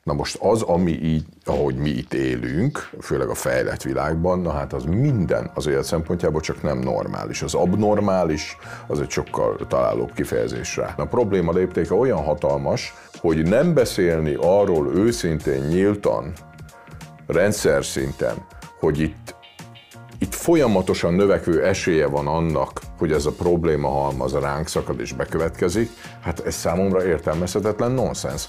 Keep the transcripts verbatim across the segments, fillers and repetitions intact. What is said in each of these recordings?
Na most az, ami így, ahogy mi itt élünk, főleg a fejlett világban, na hát az minden az élet szempontjából csak nem normális. Az abnormális, az egy sokkal találóbb kifejezés rá. A probléma léptéke olyan hatalmas, hogy nem beszélni arról őszintén, nyíltan, rendszer szinten, hogy itt, itt folyamatosan növekvő esélye van annak, hogy ez a probléma halmaz ránk szakad és bekövetkezik, hát ez számomra értelmezhetetlen nonsens.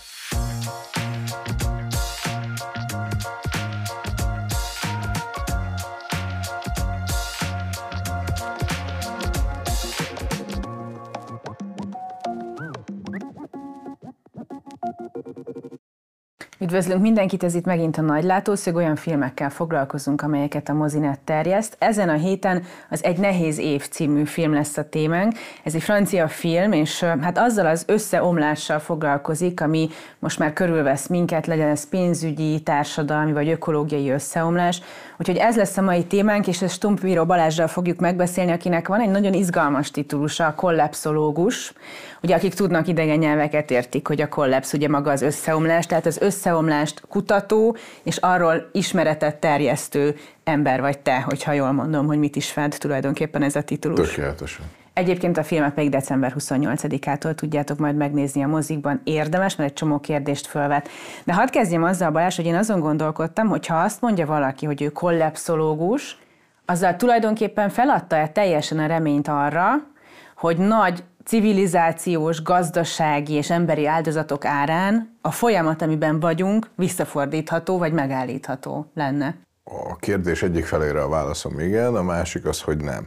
Üdvözlünk mindenkit, ez itt megint a Nagy Látószög, olyan filmekkel foglalkozunk, amelyeket a Mozinet terjeszt. Ezen a héten az Egy nehéz év című film lesz a témánk. Ez egy francia film, és hát azzal az összeomlással foglalkozik, ami most már körülvesz minket, legyen ez pénzügyi, társadalmi vagy ökológiai összeomlás. Úgyhogy ez lesz a mai témánk, és ezt Stumpfbíró Balázssal fogjuk megbeszélni, akinek van egy nagyon izgalmas titulusa, a kollapszológus. Ugye akik tudnak idegen nyelveket, értik, hogy a kollapsz ugye maga az összeomlás, tehát az összeomlást kutató és arról ismeretet terjesztő ember vagy te, hogyha jól mondom, hogy mit is fed tulajdonképpen ez a titulus. Tökéletesen. Egyébként a filmet pedig december huszonnyolcadikától tudjátok majd megnézni a mozikban. Érdemes, mert egy csomó kérdést fölvet. De hadd kezdjem azzal, Balázs, hogy én azon gondolkodtam, hogy ha azt mondja valaki, hogy ő kollapszológus, azzal tulajdonképpen feladta-e teljesen a reményt arra, hogy nagy civilizációs, gazdasági és emberi áldozatok árán a folyamat, amiben vagyunk, visszafordítható vagy megállítható lenne? A kérdés egyik felére a válaszom igen, a másik az, hogy nem.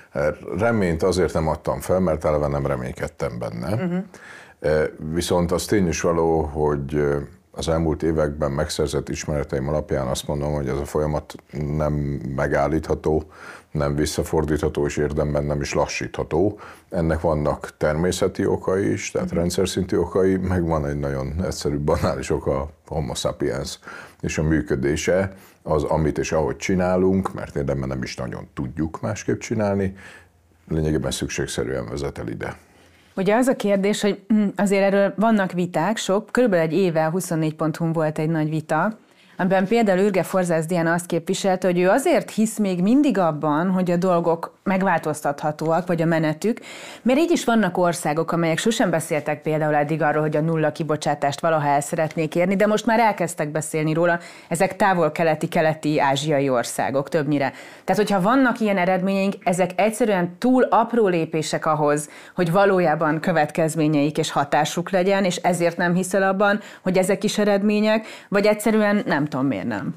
Reményt azért nem adtam fel, mert eleve nem reménykedtem benne. Uh-huh. Viszont az tény is való, hogy az elmúlt években megszerzett ismereteim alapján azt mondom, hogy ez a folyamat nem megállítható, nem visszafordítható, és érdemben nem is lassítható. Ennek vannak természeti okai is, tehát rendszer szintű okai, meg van egy nagyon egyszerű, banális oka, a homo sapiens és a működése, az, amit és ahogy csinálunk, mert érdemben nem is nagyon tudjuk másképp csinálni, lényegében szükségszerűen vezet el ide. Ugye az a kérdés, hogy azért erről vannak viták, sok, körülbelül egy éve a huszonnégy pont hu-n volt egy nagy vita, amiben például Ürge Forzász Diana azt képviselte, hogy ő azért hisz még mindig abban, hogy a dolgok megváltoztathatóak, vagy a menetük, mert így is vannak országok, amelyek sosem beszéltek például eddig arról, hogy a nulla kibocsátást valaha el szeretnék érni, de most már elkezdtek beszélni róla, ezek távol-keleti, keleti, ázsiai országok többnyire. Tehát, hogyha vannak ilyen eredményeink, ezek egyszerűen túl apró lépések ahhoz, hogy valójában következményeik és hatásuk legyen, és ezért nem hiszel abban, hogy ezek is eredmények, vagy egyszerűen nem tudom, miért nem.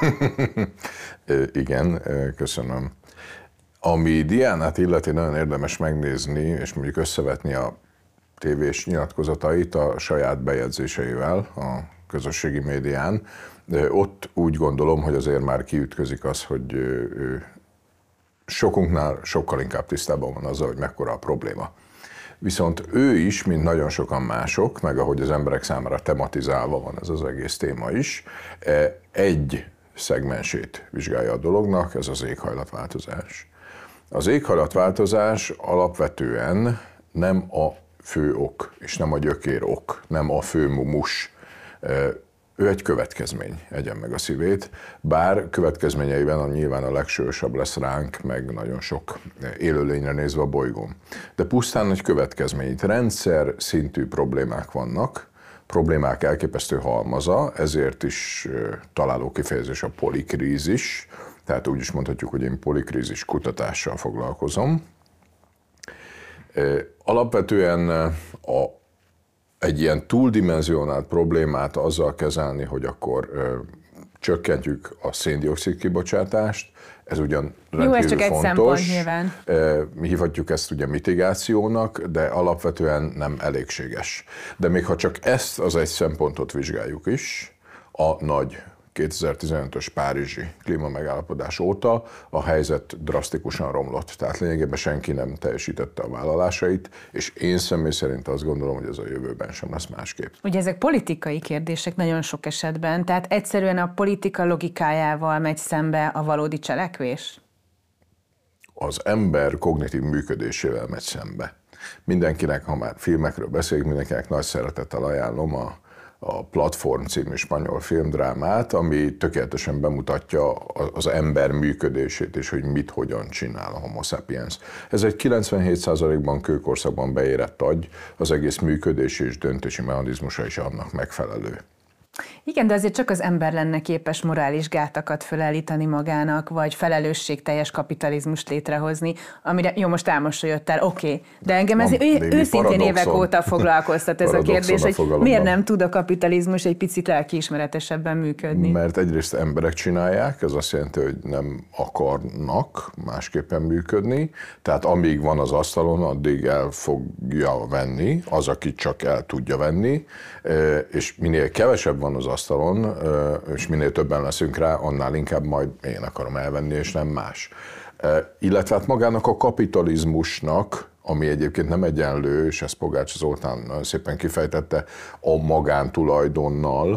Igen, köszönöm. Ami Diánát illeti, nagyon érdemes megnézni, és mondjuk összevetni a tévés nyilatkozatait a saját bejegyzéseivel a közösségi médián. De ott úgy gondolom, hogy azért már kiütközik az, hogy ő sokunknál sokkal inkább tisztában van azzal, hogy mekkora a probléma. Viszont ő is, mint nagyon sokan mások, meg ahogy az emberek számára tematizálva van ez az egész téma is, egy szegmensét vizsgálja a dolognak, ez az éghajlatváltozás. Az éghajlatváltozás alapvetően nem a fő ok, és nem a gyökér ok, nem a fő mumus. Ő egy következmény, egyen meg a szívét, bár következményeiben a nyilván a legsősabb lesz ránk, meg nagyon sok élőlényre nézve a bolygón. De pusztán egy következmény. Itt rendszer szintű problémák vannak, problémák elképesztő halmaza, ezért is találó kifejezés a polikrízis, tehát úgy is mondhatjuk, hogy én polikrízis kutatással foglalkozom. Alapvetően a egy ilyen túldimenzionált problémát azzal kezelni, hogy akkor ö, csökkentjük a szén-dioxid kibocsátást, ez ugyan rendkívül Jó, ez csak fontos. Egy szempont nyilván. Mi hívhatjuk ezt ugye mitigációnak, de alapvetően nem elégséges. De még ha csak ezt az egy szempontot vizsgáljuk is, a nagy kétezer-tizenötös párizsi klímamegállapodás óta a helyzet drasztikusan romlott. Tehát lényegében senki nem teljesítette a vállalásait, és én személy szerint azt gondolom, hogy ez a jövőben sem lesz másképp. Ugye ezek politikai kérdések nagyon sok esetben, tehát egyszerűen a politika logikájával megy szembe a valódi cselekvés? Az ember kognitív működésével megy szembe. Mindenkinek, ha már filmekről beszélünk, mindenkinek nagy szeretettel ajánlom a a Platform című spanyol filmdrámát, ami tökéletesen bemutatja az ember működését, és hogy mit, hogyan csinál a Homo sapiens. Ez egy kilencvenhét százalékban kőkorszakban beérett agy, az egész működési és döntési mechanizmusa is annak megfelelő. Igen, de azért csak az ember lenne képes morális gátakat fölállítani magának, vagy felelősségteljes kapitalizmust létrehozni, amire, jó, most elmosolyodtál, oké, okay. De engem ez őszintén évek óta foglalkoztat ez a kérdés, hogy miért nem tud a kapitalizmus egy picit lelkiismeretesebben működni? Mert egyrészt emberek csinálják, ez azt jelenti, hogy nem akarnak másképpen működni, tehát amíg van az asztalon, addig el fogja venni, az, aki csak el tudja venni, és minél kevesebb van az asztalon, és minél többen leszünk rá, annál inkább majd én akarom elvenni, és nem más. Illetve hát magának a kapitalizmusnak, ami egyébként nem egyenlő, és ezt Pogács Zoltán nagyon szépen kifejtette, a magántulajdonnal.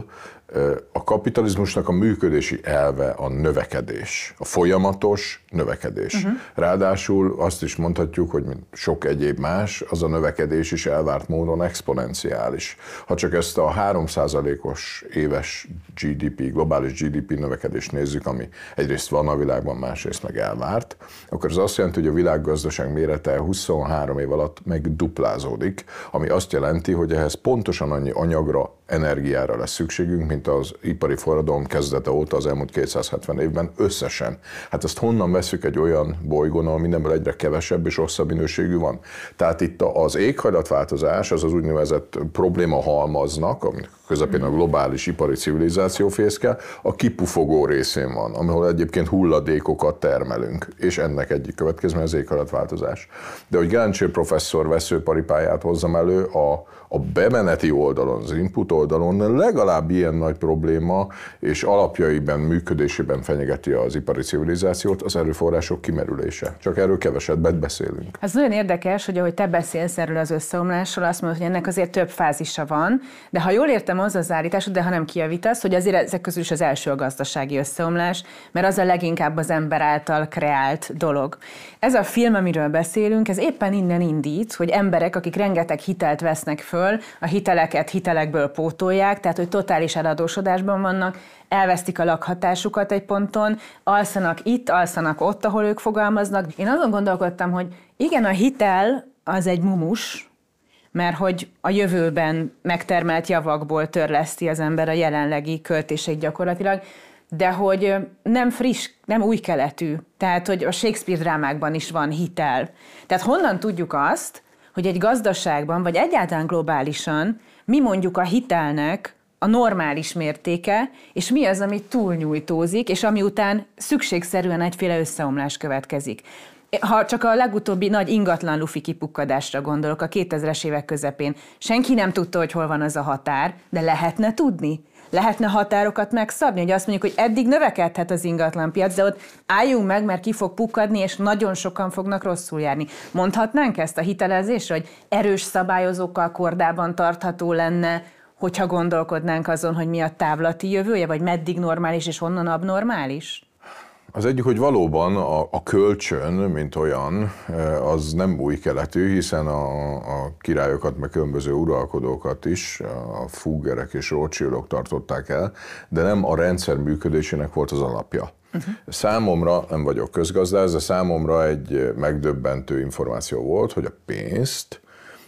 A kapitalizmusnak a működési elve a növekedés, a folyamatos növekedés. Uh-huh. Ráadásul azt is mondhatjuk, hogy sok egyéb más, az a növekedés is elvárt módon exponenciális. Ha csak ezt a három százalékos éves gé dé pé, globális gé dé pé növekedést nézzük, ami egyrészt van a világban, másrészt meg elvárt, akkor ez azt jelenti, hogy a világgazdaság mérete huszonhárom év alatt megduplázódik, ami azt jelenti, hogy ehhez pontosan annyi anyagra, energiára lesz szükségünk, mint az ipari forradalom kezdete óta az elmúlt kétszázhetven évben összesen. Hát ezt honnan veszük egy olyan bolygón, ahol mindenből egyre kevesebb és rosszabb minőségű van? Tehát itt az éghajlatváltozás, az az úgynevezett probléma halmaznak, ami közepén a globális ipari civilizáció fészkel, a kipufogó részén van, ahol egyébként hulladékokat termelünk, és ennek egyik következménye az éghajlatváltozás. De hogy Gáncsér professzor veszőparipáját hozzam elő, a, a bemeneti oldalon, az input oldalon legalább ilyen nagy probléma, és alapjaiban, működésében fenyegeti az ipari civilizációt, az erőforrások kimerülése. Csak erről kevesebbet beszélünk. Ez nagyon érdekes, hogy ahogy te beszélsz erről az összeomlásról, azt mondod, hogy ennek azért több fázisa van, de ha jól értem, az az állításod, de ha nem kijavítasz, hogy azért ezek közül is az első a gazdasági összeomlás, mert az a leginkább az ember által kreált dolog. Ez a film, amiről beszélünk, ez éppen innen indít, hogy emberek, akik rengeteg hitelt vesznek föl, a hiteleket hitelekből pótolják, tehát hogy totális eladósodásban vannak, elvesztik a lakhatásukat egy ponton, alszanak itt, alszanak ott, ahol ők fogalmaznak. Én azon gondolkodtam, hogy igen, a hitel az egy mumus, mert hogy a jövőben megtermelt javakból törleszti az ember a jelenlegi költéseit gyakorlatilag, de hogy nem friss, nem új keletű. Tehát, hogy a Shakespeare drámákban is van hitel. Tehát honnan tudjuk azt, hogy egy gazdaságban, vagy egyáltalán globálisan mi mondjuk a hitelnek a normális mértéke, és mi az, ami túlnyújtózik, és ami után szükségszerűen egyféle összeomlás következik. Ha csak a legutóbbi nagy ingatlan lufi kipukkadásra gondolok, a kétezres évek közepén, senki nem tudta, hogy hol van az a határ, de lehetne tudni? Lehetne határokat megszabni, hogy azt mondjuk, hogy eddig növekedhet az ingatlanpiac, de ott álljunk meg, mert ki fog pukkadni, és nagyon sokan fognak rosszul járni. Mondhatnánk ezt a hitelezésre, hogy erős szabályozókkal kordában tartható lenne, hogyha gondolkodnánk azon, hogy mi a távlati jövője, vagy meddig normális és honnan abnormális? Az egyik, hogy valóban a, a kölcsön, mint olyan, az nem új keletű, hiszen a, a királyokat, meg különböző uralkodókat is a Fuggerek és Rothschildok tartották el, de nem a rendszer működésének volt az alapja. Uh-huh. Számomra, nem vagyok közgazdász, de számomra egy megdöbbentő információ volt, hogy a pénzt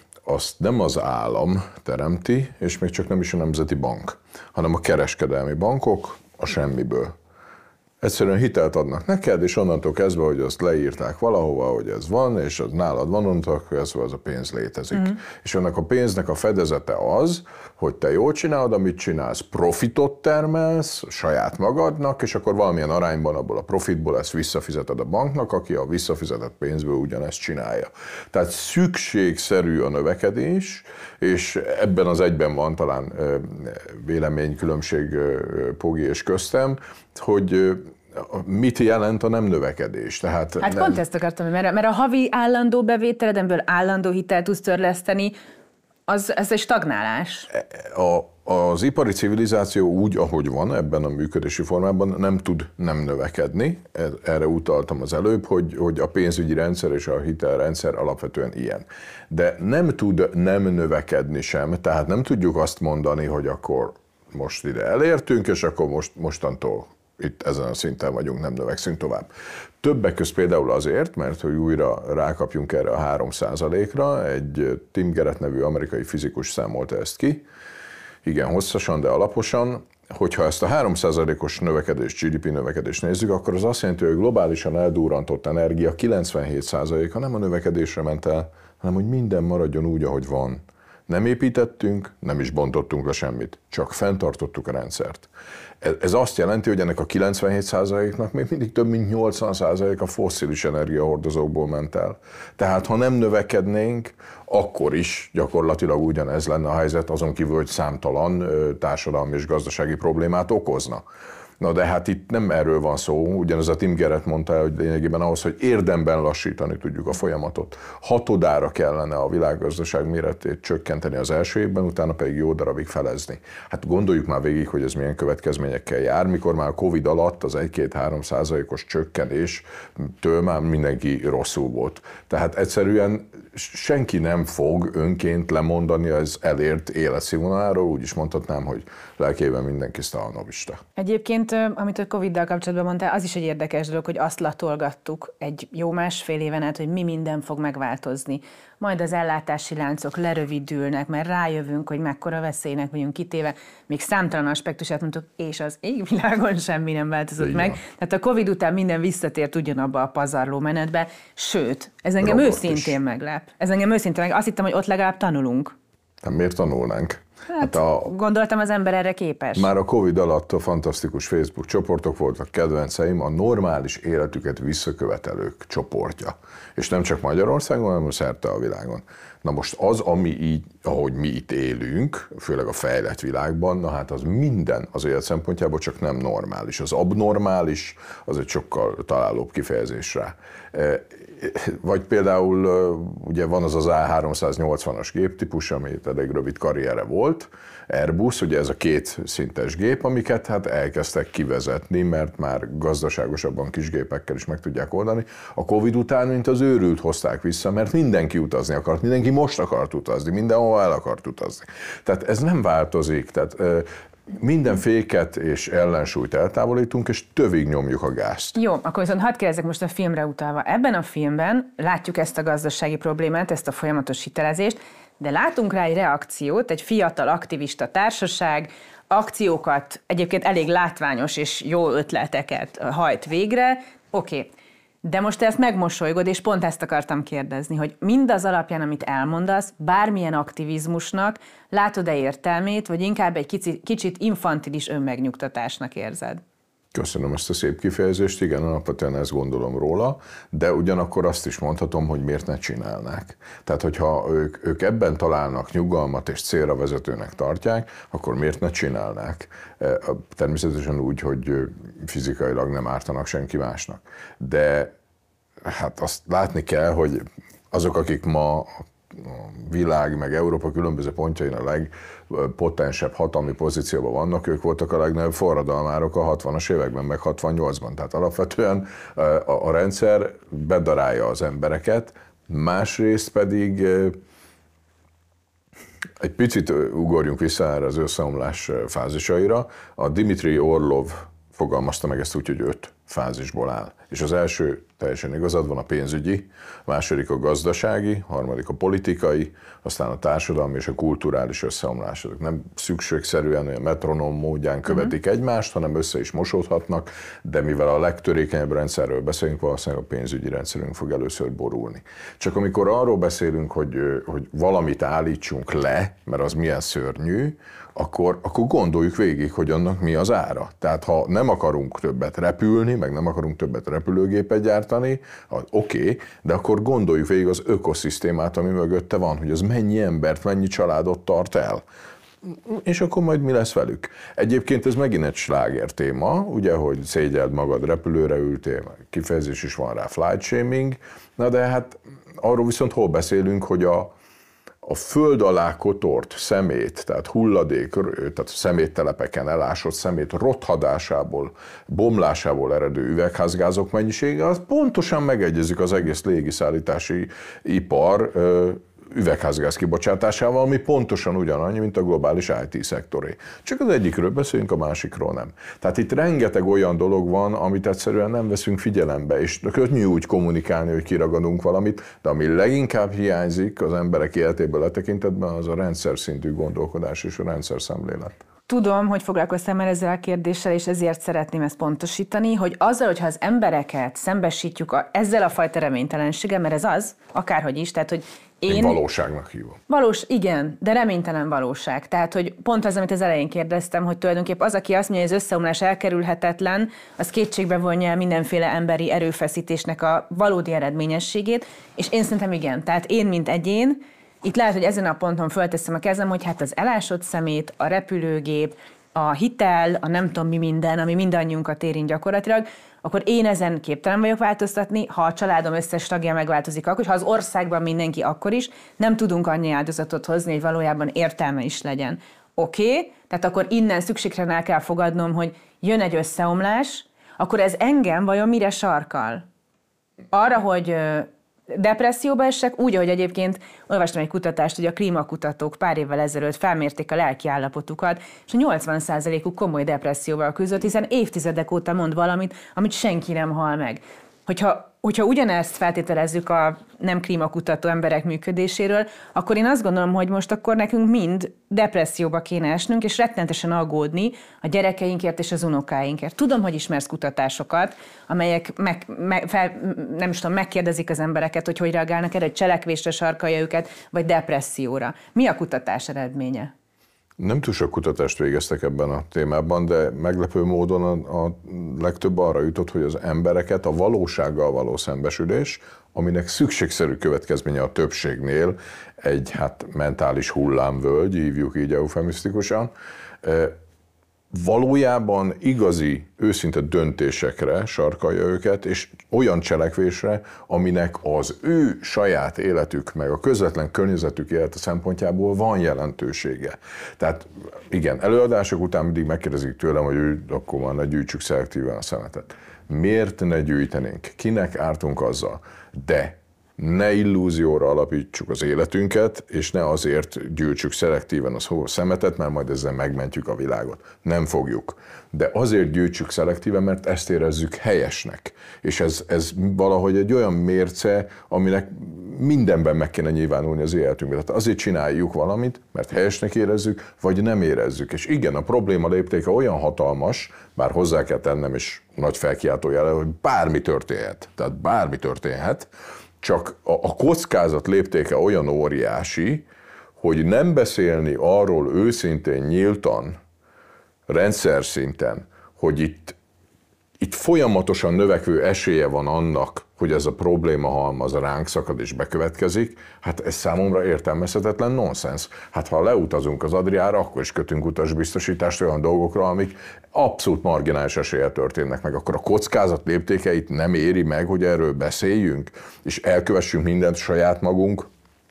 azt nem az állam teremti, és még csak nem is a Nemzeti Bank, hanem a kereskedelmi bankok a semmiből. Egyszerűen hitelt adnak neked, és onnantól kezdve, hogy azt leírták valahova, hogy ez van, és az nálad van, onnantól kezdve az a pénz létezik. Mm. És ennek a pénznek a fedezete az, hogy te jól csinálod, amit csinálsz, profitot termelsz saját magadnak, és akkor valamilyen arányban abból a profitból ezt visszafizeted a banknak, aki a visszafizetett pénzből ugyanezt csinálja. Tehát szükségszerű a növekedés, és ebben az egyben van talán véleménykülönbség Pogi és köztem, hogy mit jelent a nem növekedés. Tehát hát nem... pont ezt akartam, mert, mert a havi állandó bevételedemből állandó hitelt tudsz törleszteni, az, ez egy stagnálás. A, Az ipari civilizáció úgy, ahogy van ebben a működési formában, nem tud nem növekedni. Erre utaltam az előbb, hogy, hogy a pénzügyi rendszer és a hitelrendszer alapvetően ilyen. De nem tud nem növekedni sem, tehát nem tudjuk azt mondani, hogy akkor most ide elértünk, és akkor most, mostantól itt ezen a szinten vagyunk, nem növekszünk tovább. Többek között például azért, mert hogy újra rákapjunk erre a három százalékra, egy Tim Garrett nevű amerikai fizikus számolta ezt ki, igen hosszasan, de alaposan, hogyha ezt a három százalékos növekedés, gé dé pé növekedést nézzük, akkor az azt jelenti, hogy globálisan eldurrantott energia kilencvenhét százaléka nem a növekedésre ment el, hanem hogy minden maradjon úgy, ahogy van. Nem építettünk, nem is bontottunk le semmit, csak fenntartottuk a rendszert. Ez azt jelenti, hogy ennek a kilencvenhét százaléknak még mindig több mint nyolcvan százalék a fosszilis energiahordozókból ment el. Tehát ha nem növekednénk, akkor is gyakorlatilag ugyanez lenne a helyzet, azon kívül, hogy számtalan társadalmi és gazdasági problémát okozna. Na de hát itt nem erről van szó, ugyanaz a Tim Garrett mondta, hogy lényegében ahhoz, hogy érdemben lassítani tudjuk a folyamatot. Hatodára kellene a világgazdaság méretét csökkenteni az első évben, utána pedig jó darabig felezni. Hát gondoljuk már végig, hogy ez milyen következményekkel jár, mikor már a Covid alatt az egy-két-három százalékos csökkenéstől már mindenki rosszul volt. Tehát egyszerűen senki nem fog önként lemondani az elért életszínvonaláról, úgy is mondhatnám, hogy lelkében mindenki sztalnovista. Egyébként, amit a Coviddal kapcsolatban mondtál, az is egy érdekes dolog, hogy azt latolgattuk egy jó másfél éven át, hogy mi minden fog megváltozni. Majd az ellátási láncok lerövidülnek, mert rájövünk, hogy mekkora veszélynek vagyunk kitéve. Még számtalan aspektusát mondtuk, és az égvilágon semmi nem változott Igen. meg. Tehát a Covid után minden visszatért ugyanabba a pazarló menetbe, sőt, ez engem Robot őszintén is. meglep. Ez engem őszintén meglep. Azt hittem, hogy ott legalább tanulunk. Hát miért tanulnánk? Hát, Hát a, gondoltam, az ember erre képes. már a Covid alatt a fantasztikus Facebook csoportok voltak kedvenceim, a normális életüket visszakövetelők csoportja. És nem csak Magyarországon, hanem szerte a világon. Na most az, ami így, ahogy mi itt élünk, főleg a fejlett világban, na hát az minden az élet szempontjából csak nem normális. Az abnormális, az egy sokkal találóbb kifejezés rá. Vagy például ugye van az az á háromszáznyolcvanas géptípus, ami elég rövid karriere volt, Airbus, ugye ez a két szintes gép, amiket hát elkezdtek kivezetni, mert már gazdaságosabban kis gépekkel is meg tudják oldani. A Covid után, mint az őrült hozták vissza, mert mindenki utazni akart, mindenki most akart utazni, mindenhol el akart utazni. Tehát ez nem változik, tehát minden féket és ellensúlyt eltávolítunk, és tövig nyomjuk a gázt. Jó, akkor viszont hadd kérdezzek most a filmre utalva. Ebben a filmben látjuk ezt a gazdasági problémát, ezt a folyamatos hitelezést, de látunk rá egy reakciót, egy fiatal aktivista társaság, akciókat, egyébként elég látványos és jó ötleteket hajt végre. Oké, okay. De most te ezt megmosolygod, és pont ezt akartam kérdezni, hogy mindaz alapján, amit elmondasz, bármilyen aktivizmusnak látod-e értelmét, vagy inkább egy kicsit, kicsit infantilis önmegnyugtatásnak érzed? Köszönöm ezt a szép kifejezést, igen, alapvetően ezt gondolom róla, de ugyanakkor azt is mondhatom, hogy miért ne csinálnák. Tehát, hogyha ők, ők ebben találnak nyugalmat és célra vezetőnek tartják, akkor miért ne csinálnák? Természetesen úgy, hogy fizikailag nem ártanak senki másnak. De hát azt látni kell, hogy azok, akik ma a világ, meg Európa különböző pontjain a legpotensebb hatalmi pozícióban vannak, ők voltak a legnagyobb forradalmárok a hatvanas években, meg hatvannyolcban. Tehát alapvetően a, a rendszer bedarálja az embereket, másrészt pedig egy picit ugorjunk vissza erre az összeomlás fázisaira. A Dmitri Orlov fogalmazta meg ezt úgy, hogy öt fázisból áll. És az első, teljesen igazad van, a pénzügyi, a második a gazdasági, a harmadik a politikai, aztán a társadalmi és a kulturális összeomlás. Ezek nem szükségszerűen olyan metronóm módján követik uh-huh. egymást, hanem össze is mosódhatnak, de mivel a legtörékenyebb rendszerről beszélünk, valószínűleg a pénzügyi rendszerünk fog először borulni. Csak amikor arról beszélünk, hogy, hogy valamit állítsunk le, mert az milyen szörnyű, akkor, akkor gondoljuk végig, hogy annak mi az ára. Tehát ha nem akarunk többet repülni, meg nem akarunk többet repülőgépet gyártani, oké, okay, de akkor gondoljuk végig az ökoszisztémát, ami mögötte van, hogy az mennyi embert, mennyi családot tart el. És akkor majd mi lesz velük. Egyébként ez megint egy sláger téma, ugye, hogy szégyeld magad, repülőre ültél, kifejezés is van rá, flight shaming, na de hát arról viszont hol beszélünk, hogy a a föld alá kotort szemét, tehát hulladék, tehát szeméttelepeken elásott szemét rothadásából, bomlásából eredő üvegházgázok mennyisége, az pontosan megegyezik az egész légiszállítási ipar üvegházgáz kibocsátásával, ami pontosan ugyanannyi, mint a globális I T szektoré. Csak az egyikről beszélünk, a másikról nem. Tehát itt rengeteg olyan dolog van, amit egyszerűen nem veszünk figyelembe, és könnyű úgy kommunikálni, hogy kiragadunk valamit, de ami leginkább hiányzik az emberek életéből letekintetben, az a rendszer szintű gondolkodás és a rendszer szemlélet. Tudom, hogy foglalkoztam már ezzel a kérdéssel, és ezért szeretném ezt pontosítani, hogy azzal, hogyha az embereket szembesítjük a, ezzel a fajta reménytelenséggel, mert ez az, akárhogy is, tehát, hogy én... Én valóságnak hívom. Valós, igen, de reménytelen valóság. Tehát, hogy pont az, amit az elején kérdeztem, hogy tulajdonképpen az, aki azt mondja, hogy az összeomlás elkerülhetetlen, az kétségbe vonja mindenféle emberi erőfeszítésnek a valódi eredményességét, és én szerintem igen. Tehát én, mint egyén, itt lehet, hogy ezen a ponton fölteszem a kezem, hogy hát az elásott szemét, a repülőgép, a hitel, a nem tudom mi minden, ami mindannyiunkat érint gyakorlatilag, akkor én ezen képtelen vagyok változtatni, ha a családom összes tagja megváltozik akkor, ha az országban mindenki akkor is, nem tudunk annyi áldozatot hozni, hogy valójában értelme is legyen. Oké, okay, tehát akkor innen szükségre el kell fogadnom, hogy jön egy összeomlás, akkor ez engem vajon mire sarkal? Arra, hogy depresszióba esek, úgy, ahogy egyébként olvastam egy kutatást, hogy a klímakutatók pár évvel ezelőtt felmérték a lelki állapotukat, és a nyolcvan százalékuk komoly depresszióval küzdött, hiszen évtizedek óta mond valamit, amit senki nem hall meg. Hogyha, hogyha ugyanezt feltételezzük a nem klímakutató emberek működéséről, akkor én azt gondolom, hogy most akkor nekünk mind depresszióba kéne esnünk, és rettenetesen aggódni a gyerekeinkért és az unokáinkért. Tudom, hogy ismersz kutatásokat, amelyek meg, meg, fel, nem is tudom, megkérdezik az embereket, hogy hogy reagálnak erre, hogy cselekvésre sarkalja őket, vagy depresszióra. Mi a kutatás eredménye? Nem túl sok kutatást végeztek ebben a témában, de meglepő módon a, a legtöbb arra jutott, hogy az embereket a valósággal való szembesülés, aminek szükségszerű következménye a többségnél egy hát mentális hullámvölgy, hívjuk így eufemisztikusan, valójában igazi, őszinte döntésekre sarkalja őket, és olyan cselekvésre, aminek az ő saját életük, meg a közvetlen környezetük élete szempontjából van jelentősége. Tehát igen, előadások után mindig megkérdezik tőlem, hogy ő, akkor már ne gyűjtsük szelektíven a szemetet. Miért ne gyűjtenénk? Kinek ártunk azzal? De ne illúzióra alapítsuk az életünket, és ne azért gyűjtsük szelektíven a szemetet, mert majd ezzel megmentjük a világot. Nem fogjuk. De azért gyűjtsük szelektíven, mert ezt érezzük helyesnek. És ez, ez valahogy egy olyan mérce, aminek mindenben meg kéne nyilvánulni az életünkben. Tehát azért csináljuk valamit, mert helyesnek érezzük, vagy nem érezzük. És igen, a probléma léptéke olyan hatalmas, bár hozzá kell tennem, és nagy felkiáltójel, hogy bármi történhet. Tehát bármi történhet, csak a kockázat léptéke olyan óriási, hogy nem beszélni arról őszintén, nyíltan, rendszer szinten, hogy itt, itt folyamatosan növekvő esélye van annak, hogy ez a probléma halmaz ránk szakad és bekövetkezik, hát ez számomra értelmezhetetlen nonsens. Hát ha leutazunk az Adriára, akkor is kötünk utasbiztosítást olyan dolgokra, amik abszolút marginális eséllyel történnek meg. Akkor a kockázat léptékeit nem éri meg, hogy erről beszéljünk, és elkövessünk mindent saját magunk,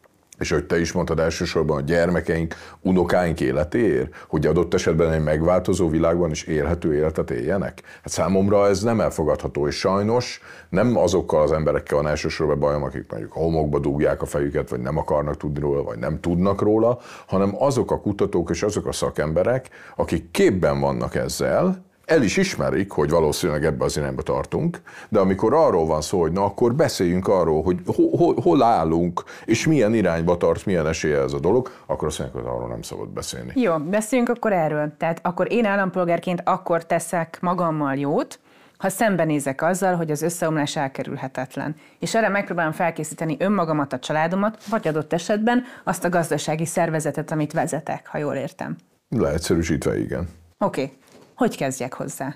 és hogy te is mondtad, elsősorban a gyermekeink, unokáink életéért, hogy adott esetben egy megváltozó világban is élhető életet éljenek. Hát számomra ez nem elfogadható, és sajnos nem azokkal az emberekkel van elsősorban bajom, akik mondjuk a homokba dugják a fejüket, vagy nem akarnak tudni róla, vagy nem tudnak róla, hanem azok a kutatók és azok a szakemberek, akik képben vannak ezzel, el is ismerik, hogy valószínűleg ebbe az irányba tartunk, de amikor arról van szó, hogy na akkor beszéljünk arról, hogy ho, ho, hol állunk, és milyen irányba tart, milyen esélye ez a dolog, akkor azt mondják, hogy arról nem szabad beszélni. Jó, beszéljünk akkor erről. Tehát akkor én állampolgárként akkor teszek magammal jót, ha szembenézek azzal, hogy az összeomlás elkerülhetetlen. És erre megpróbálom felkészíteni önmagamat, a családomat, vagy adott esetben azt a gazdasági szervezetet, amit vezetek, ha jól értem. Leegyszerűsítve, igen. Oké. Okay. Hogy kezdjek hozzá?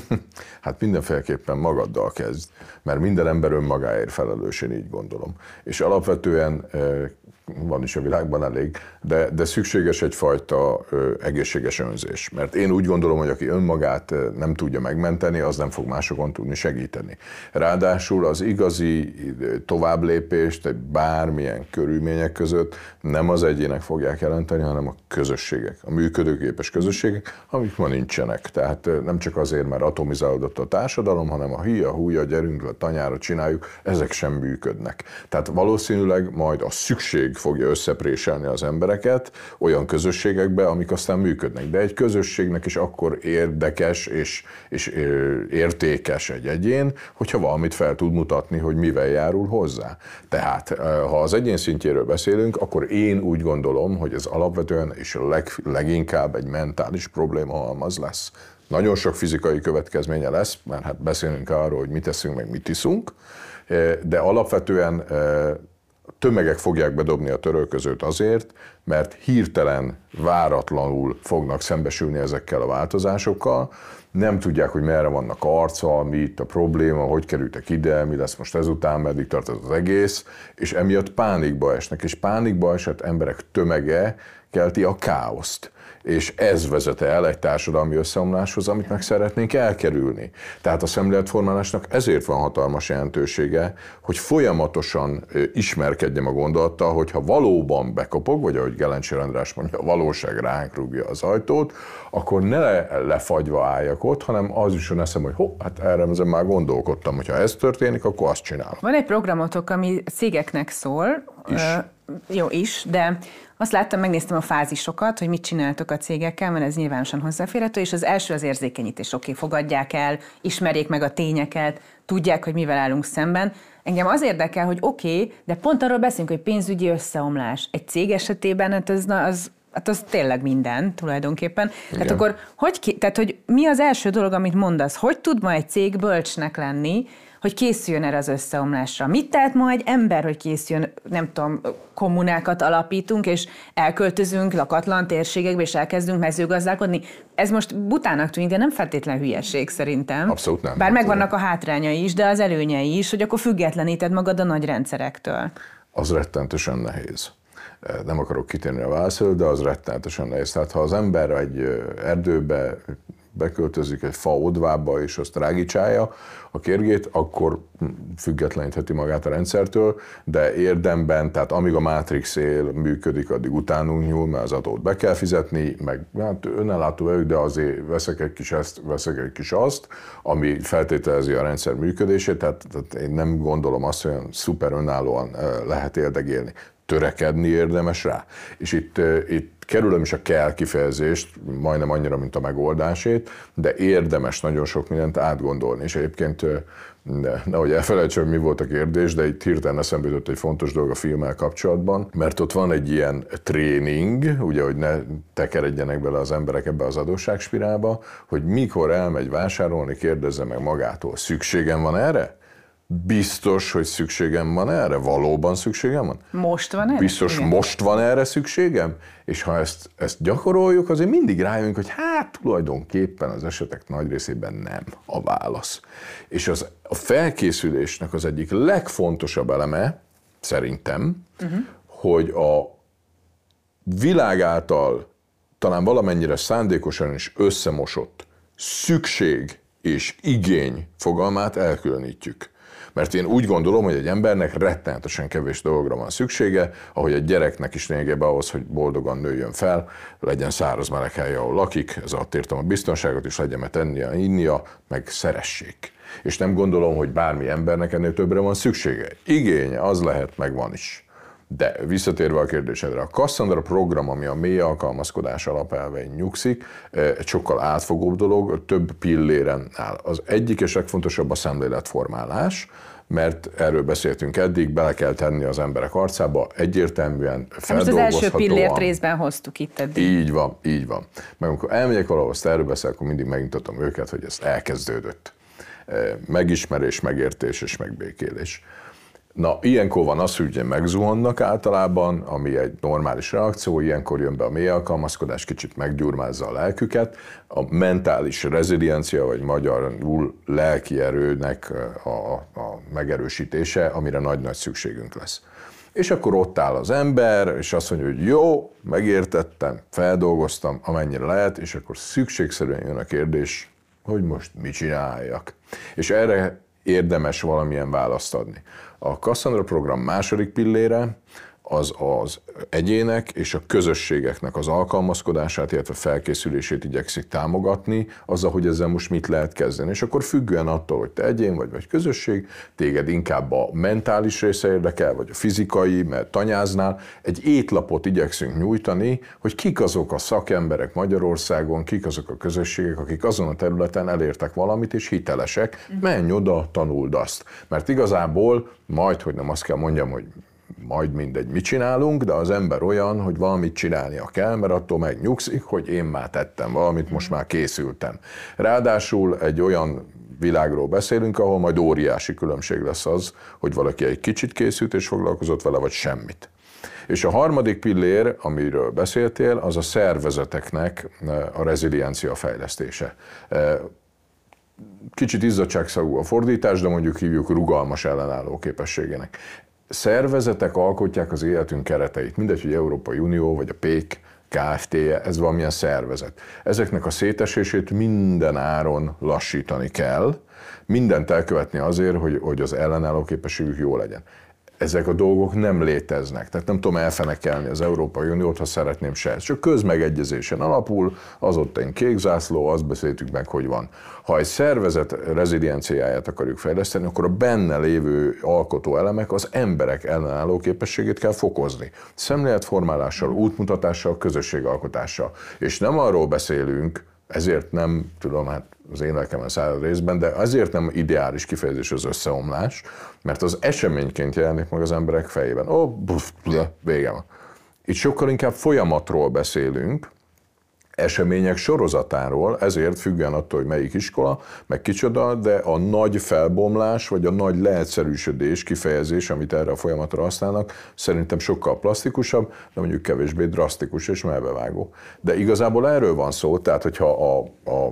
Hát mindenféleképpen magaddal kezd, mert minden ember önmagáért felelős, én így gondolom. És alapvetően van is a világban elég, de, de szükséges egyfajta ö, egészséges önzés. Mert én úgy gondolom, hogy aki önmagát nem tudja megmenteni, az nem fog másokon tudni segíteni. Ráadásul az igazi továbblépést egy bármilyen körülmények között nem az egyének fogják jelenteni, hanem a közösségek, a működőképes közösségek, amik ma nincsenek. Tehát nem csak azért, mert atomizálódott a társadalom, hanem a híja, húja, gyerünk a tanyára, csináljuk, ezek sem működnek. Tehát valószínűleg majd a szükség fogja összepréselni az embereket olyan közösségekbe, amik aztán működnek. De egy közösségnek is akkor érdekes és, és értékes egy egyén, hogyha valamit fel tud mutatni, hogy mivel járul hozzá. Tehát, ha az egyén szintjéről beszélünk, akkor én úgy gondolom, hogy ez alapvetően és leg, leginkább egy mentális probléma halmaz lesz. Nagyon sok fizikai következménye lesz, mert hát beszélünk arról, hogy mit teszünk, meg mit iszunk, de alapvetően tömegek fogják bedobni a törölközőt azért, mert hirtelen, váratlanul fognak szembesülni ezekkel a változásokkal, nem tudják, hogy merre vannak arccal, mi itt a probléma, hogy kerültek ide, mi lesz most ezután, meddig tart ez az egész, és emiatt pánikba esnek, és pánikba esett emberek tömege kelti a káoszt. És ez vezet el egy társadalmi összeomláshoz, amit meg szeretnénk elkerülni. Tehát a szemléletformálásnak ezért van hatalmas jelentősége, hogy folyamatosan ismerkedjem a gondolattal, hogyha valóban bekopog, vagy ahogy Gelencsér András mondja, a valóság ránk rúgja az ajtót, akkor ne le, lefagyva álljak ott, hanem az is jön eszem, hogy ho, hát erre ezen már gondolkodtam, hogyha ez történik, akkor azt csinálom. Van egy programotok, ami cégeknek szól, is. Ö, jó is, de azt láttam, megnéztem a fázisokat, hogy mit csináltok a cégekkel, mert ez nyilvánosan hozzáférhető, és az első az érzékenyítés. Oké, okay, fogadják el, ismerjék meg a tényeket, tudják, hogy mivel állunk szemben. Engem az érdekel, hogy oké, okay, de pont arról beszélünk, hogy pénzügyi összeomlás. Egy cég esetében hát az, az, hát az tényleg minden tulajdonképpen. Tehát akkor hogy, ki, tehát, hogy mi az első dolog, amit mondasz? Hogy tud ma egy cég bölcsnek lenni, hogy készüljön erre az összeomlásra? Mit tehet ma egy ember, hogy készüljön, nem tudom, kommunákat alapítunk, és elköltözünk lakatlan térségekbe, és elkezdünk mezőgazdálkodni? Ez most butának tűnik, de nem feltétlen hülyeség szerintem. Abszolút nem. Bár megvannak a hátrányai is, de az előnyei is, hogy akkor függetleníted magad a nagy rendszerektől. Az rettenetesen nehéz. Nem akarok kitérni a válaszról, de az rettenetesen nehéz. Tehát ha az ember egy erdőbe beköltözik egy fa odvába, és azt rágicsálja a kérgét, akkor függetlenítheti magát a rendszertől, de érdemben, tehát amíg a Matrix él, működik, addig utánunk nyúl, mert az adót be kell fizetni, meg hát önellátó vagyok, de azért veszek egy kis ezt, veszek egy kis azt, ami feltételezi a rendszer működését, tehát, tehát én nem gondolom azt, hogy olyan szuper önállóan lehet érdegélni. Törekedni érdemes rá. És itt, itt kerülöm is a kell kifejezést, majdnem annyira, mint a megoldásét, de érdemes nagyon sok mindent átgondolni. És egyébként, nehogy elfelejtsem, hogy mi volt a kérdés, de itt hirtelen eszembe jutott egy fontos dolog a filmmel kapcsolatban, mert ott van egy ilyen tréning, ugye, hogy ne tekeredjenek bele az emberek ebbe az adósságspirálba, hogy mikor elmegy vásárolni, kérdezze meg magától, szükségem van erre? Biztos, hogy szükségem van erre? Valóban szükségem van? Most van erre? Biztos, igen. Most van erre szükségem? És ha ezt, ezt gyakoroljuk, azért mindig rájövünk, hogy hát tulajdonképpen az esetek nagy részében nem a válasz. És az, a felkészülésnek az egyik legfontosabb eleme, szerintem, uh-huh. hogy a világ által talán valamennyire szándékosan is összemosott szükség és igény fogalmát elkülönítjük. Mert én úgy gondolom, hogy egy embernek rettenetesen kevés dologra van szüksége, ahogy egy gyereknek is lényegében ahhoz, hogy boldogan nőjön fel, legyen száraz meleg hely, ahol lakik, ez alatt értem a biztonságot, és legyen mert ennia, innia, meg szeressék. És nem gondolom, hogy bármi embernek ennél többre van szüksége. Igénye, az lehet, meg van is. De visszatérve a kérdésedre, a Cassandra program, ami a mély alkalmazkodás alapelvein nyugszik, egy sokkal átfogóbb dolog, több pilléren áll. Az egyik és legfontosabb a szemléletformálás, mert erről beszéltünk eddig, bele kell tenni az emberek arcába, egyértelműen feldolgozhatóan. Most az első pillért részben hoztuk itt eddig. Így van, így van. Meg amikor elmegyek valahol, azt erről beszél, akkor mindig megnyugtatom őket, hogy ez elkezdődött. Megismerés, megértés és megbékélés. Na, ilyenkor van az, hogy ugye megzuhannak általában, ami egy normális reakció, ilyenkor jön be a mély alkalmazkodás, kicsit meggyurmázza a lelküket, a mentális reziliencia, vagy magyarul lelki erőnek a, a megerősítése, amire nagy-nagy szükségünk lesz. És akkor ott áll az ember, és azt mondja, hogy jó, megértettem, feldolgoztam, amennyire lehet, és akkor szükségszerűen jön a kérdés, hogy most mit csináljak. És erre érdemes valamilyen választ adni. A Cassandra program második pillére az az egyének és a közösségeknek az alkalmazkodását, illetve felkészülését igyekszik támogatni, azzal, hogy ezzel most mit lehet kezdeni. És akkor függően attól, hogy te egyén vagy, vagy közösség, téged inkább a mentális része érdekel, vagy a fizikai, mert tanyáznál, egy étlapot igyekszünk nyújtani, hogy kik azok a szakemberek Magyarországon, kik azok a közösségek, akik azon a területen elértek valamit, és hitelesek, menj oda, tanuld azt. Mert igazából majd, hogy nem azt kell mondjam, hogy majd mindegy, mit csinálunk, de az ember olyan, hogy valamit csinálnia kell, mert attól megnyugszik, hogy én már tettem valamit, most már készültem. Ráadásul egy olyan világról beszélünk, ahol majd óriási különbség lesz az, hogy valaki egy kicsit készült és foglalkozott vele, vagy semmit. És a harmadik pillér, amiről beszéltél, az a szervezeteknek a reziliencia fejlesztése. Kicsit izzadságszagú a fordítás, de mondjuk hívjuk rugalmas ellenálló képességének. Szervezetek alkotják az életünk kereteit, mindegy, hogy Európai Unió, vagy a pék Kft-je, ez valamilyen szervezet. Ezeknek a szétesését minden áron lassítani kell, mindent elkövetni azért, hogy, hogy az ellenálló képességük jó legyen. Ezek a dolgok nem léteznek, tehát nem tudom elfenekelni az Európai Uniót, ha szeretném se. Csak közmegegyezésen alapul, az ott egy kék zászló, azt beszéltük meg, hogy van. Ha egy szervezet rezilienciáját akarjuk fejleszteni, akkor a benne lévő alkotó elemek az emberek ellenálló képességét kell fokozni. Szemléletformálással, útmutatással, közösségalkotással. És nem arról beszélünk, ezért nem tudom, hát az én lelkemen száll részben, de azért nem ideális kifejezés az összeomlás, mert az eseményként jelenik meg az emberek fejében. Ó, buf, vége van. Itt sokkal inkább folyamatról beszélünk, események sorozatáról, ezért függően attól, hogy melyik iskola, meg kicsoda, de a nagy felbomlás, vagy a nagy leegyszerűsödés kifejezés, amit erre a folyamatra használnak, szerintem sokkal plastikusabb, de mondjuk kevésbé drasztikus és melbevágó. De igazából erről van szó, tehát hogyha a, a,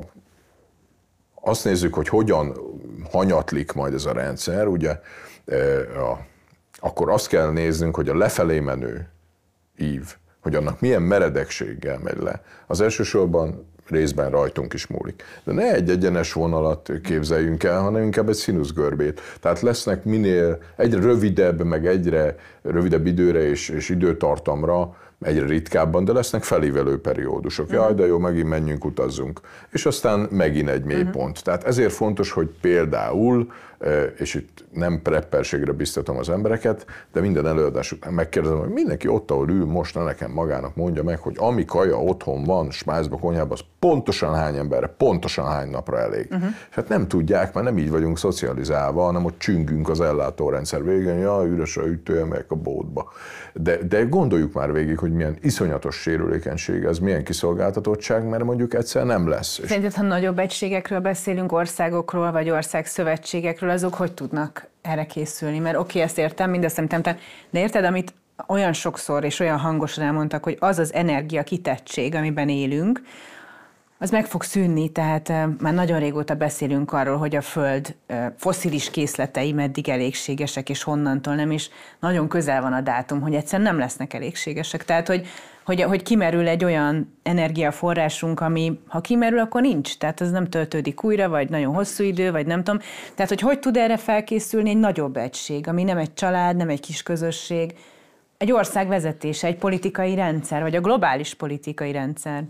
azt nézzük, hogy hogyan hanyatlik majd ez a rendszer, ugye, a, akkor azt kell néznünk, hogy a lefelé menő ív, hogy annak milyen meredekséggel megy le. Az elsősorban részben rajtunk is múlik. De ne egy egyenes vonalat képzeljünk el, hanem inkább egy színuszgörbét. Tehát lesznek minél egyre rövidebb, meg egyre rövidebb időre és, és időtartamra, egyre ritkábban, de lesznek felívelő periódusok. Uh-huh. Jaj, de jó, megint menjünk, utazzunk. És aztán megint egy mélypont. Uh-huh. Tehát ezért fontos, hogy például, és itt nem prepperségre biztatom az embereket, de minden előadás után megkérdezem, hogy mindenki ott, ahol ül, most ne nekem magának mondja meg, hogy ami kaja otthon van, Svájcban, konyhában, az pontosan hány emberre, pontosan hány napra elég. Uh-huh. És hát nem tudják, mert nem így vagyunk szocializálva, hanem ott csüngünk az ellátórendszer végén, ja, üres a ütője, meg a bótba. De, de gondoljuk már végig, hogy milyen iszonyatos sérülékenység ez, milyen kiszolgáltatottság, mert mondjuk egyszer nem lesz. Szerinted, ha nagyobb egységekről beszélünk, országokról, vagy országszövetségekről, azok hogy tudnak erre készülni? Mert oké, ezt értem, mindezt nem értem, de érted, amit olyan sokszor és olyan hangosan elmondtak, hogy az az energia kitettség, amiben élünk, az meg fog szűnni, tehát már nagyon régóta beszélünk arról, hogy a Föld fosszilis készletei meddig elégségesek, és honnantól nem, és nagyon közel van a dátum, hogy egyszerűen nem lesznek elégségesek. Tehát, hogy, hogy, hogy kimerül egy olyan energiaforrásunk, ami ha kimerül, akkor nincs. Tehát az nem töltődik újra, vagy nagyon hosszú idő, vagy nem tudom. Tehát, hogy hogy tud erre felkészülni egy nagyobb egység, ami nem egy család, nem egy kis közösség, egy ország vezetése, egy politikai rendszer, vagy a globális politikai rendszer.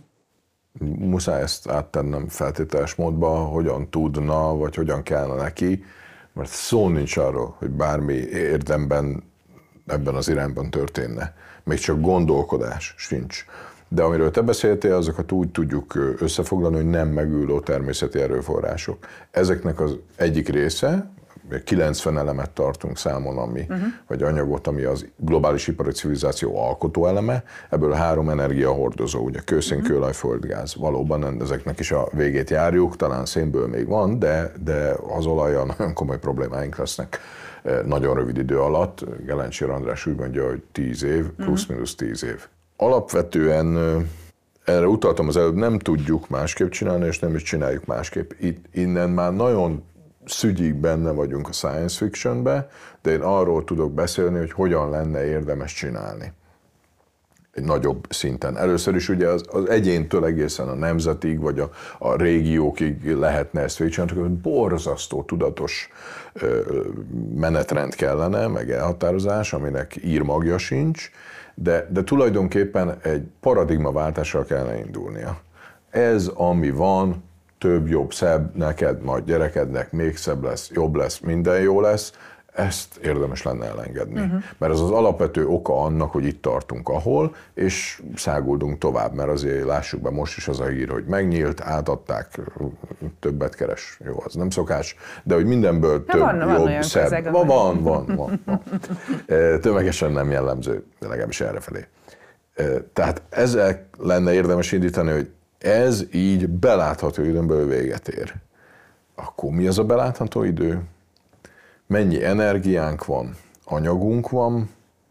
Muszáj ezt áttennem feltételes módba, hogyan tudna, vagy hogyan kellene neki, mert szó nincs arról, hogy bármi érdemben ebben az irányban történne. Még csak gondolkodás sincs. De amiről te beszéltél, azokat úgy tudjuk összefoglalni, hogy nem megújuló természeti erőforrások. Ezeknek az egyik része, kilencven elemet tartunk számon, ami, uh-huh. vagy anyagot, ami az globális ipari civilizáció alkotó eleme, ebből három energiahordozó, ugye kőszén, uh-huh. kőolaj, földgáz. Valóban ezeknek is a végét járjuk, talán szénből még van, de, de az olajjal nagyon komoly problémáink lesznek nagyon rövid idő alatt. Gelencsér András úgy mondja, hogy tíz év, plusz-minusz tíz év. Alapvetően erre utaltam az előbb, nem tudjuk másképp csinálni, és nem is csináljuk másképp. Itt, innen már nagyon szügyig benne vagyunk a science fictionbe, de én arról tudok beszélni, hogy hogyan lenne érdemes csinálni. Egy nagyobb szinten. Először is ugye az, az egyéntől egészen a nemzetig, vagy a, a régiókig lehetne ezt végigcsinálni, hogy borzasztó tudatos ö, menetrend kellene, meg elhatározás, aminek írmagja sincs, de, de tulajdonképpen egy paradigmaváltással kellene indulnia. Ez, ami van, több, jobb, szebb, neked, majd gyerekednek még szebb lesz, jobb lesz, minden jó lesz, ezt érdemes lenne elengedni. Uh-huh. Mert ez az alapvető oka annak, hogy itt tartunk ahol, és száguldunk tovább, mert azért lássuk be, most is az a hír, hogy megnyílt, átadták, többet keres. Jó, az nem szokás, de hogy mindenből több, van, jobb, van szebb. Van, van, van, van, van. Tömegesen nem jellemző, de legalábbis errefelé. Tehát ezzel lenne érdemes indítani, hogy ez így belátható időn belül véget ér. Akkor mi az a belátható idő? Mennyi energiánk van, anyagunk van,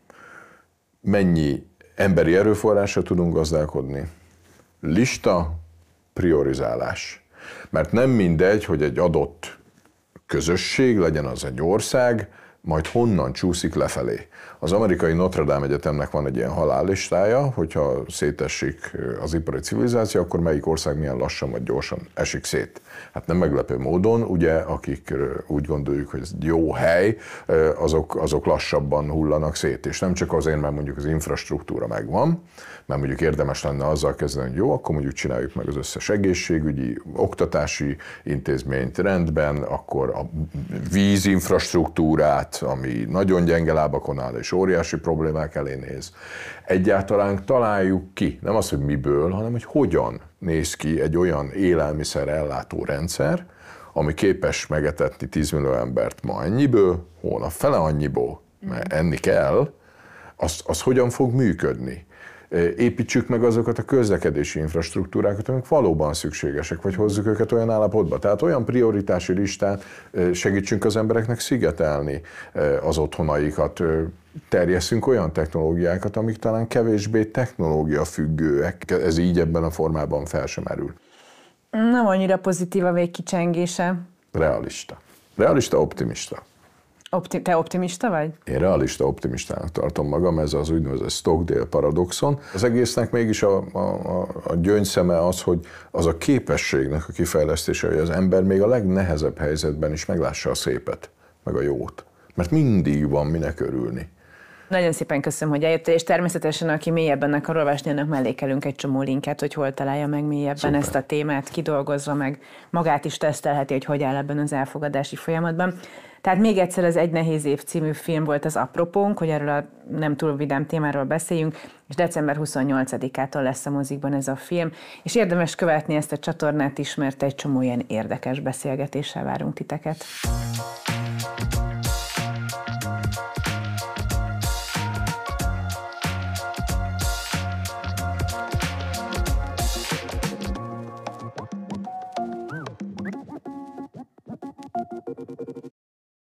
mennyi emberi erőforrásra tudunk gazdálkodni. Lista, priorizálás. Mert nem mindegy, hogy egy adott közösség, legyen az egy ország, majd honnan csúszik lefelé. Az amerikai Notre Dame Egyetemnek van egy ilyen halállistája, hogyha szétesik az ipari civilizáció, akkor melyik ország milyen lassan vagy gyorsan esik szét. Hát nem meglepő módon, ugye, akik úgy gondoljuk, hogy ez jó hely, azok, azok lassabban hullanak szét. És nem csak azért, mert mondjuk az infrastruktúra megvan, mert mondjuk érdemes lenne azzal kezdeni, hogy jó, akkor mondjuk csináljuk meg az összes egészségügyi, oktatási intézményt rendben, akkor a vízinfrastruktúrát, ami nagyon gyenge lábakon áll, és óriási problémák elé néz. Egyáltalán találjuk ki, nem az, hogy miből, hanem hogy hogyan néz ki egy olyan élelmiszer ellátó rendszer, ami képes megetetni tíz millió embert ma ennyiből, hónap fele annyiból, mert enni kell, az, az hogyan fog működni. Építsük meg azokat a közlekedési infrastruktúrákat, amik valóban szükségesek, vagy hozzuk őket olyan állapotba. Tehát olyan prioritási listát segítsünk az embereknek szigetelni az otthonaikat, terjesszünk olyan technológiákat, amik talán kevésbé technológia függőek. Ez így ebben a formában fel sem merül. Nem annyira pozitív a végkicsengése. Realista. Realista, optimista. Opti- te optimista vagy? Én realista optimistának tartom magam, ez az úgynevezett Stockdale paradoxon. Az egésznek mégis a, a, a gyöngyszeme az, hogy az a képességnek a kifejlesztése, hogy az ember még a legnehezebb helyzetben is meglássa a szépet, meg a jót. Mert mindig van minek örülni. Nagyon szépen köszönöm, hogy eljöttél, és természetesen, aki mélyebben akar olvasni, annak mellékelünk egy csomó linket, hogy hol találja meg mélyebben Szuper. Ezt a témát, kidolgozva, meg magát is tesztelheti, hogy hogy áll ebben az elfogadási folyamatban. Tehát még egyszer az Egy nehéz év című film volt az apropónk, hogy erről a nem túl vidám témáról beszéljünk, és december huszonnyolcadikától lesz a mozikban ez a film, és érdemes követni ezt a csatornát is, mert egy csomó ilyen érdekes beszélgetéssel várunk titeket.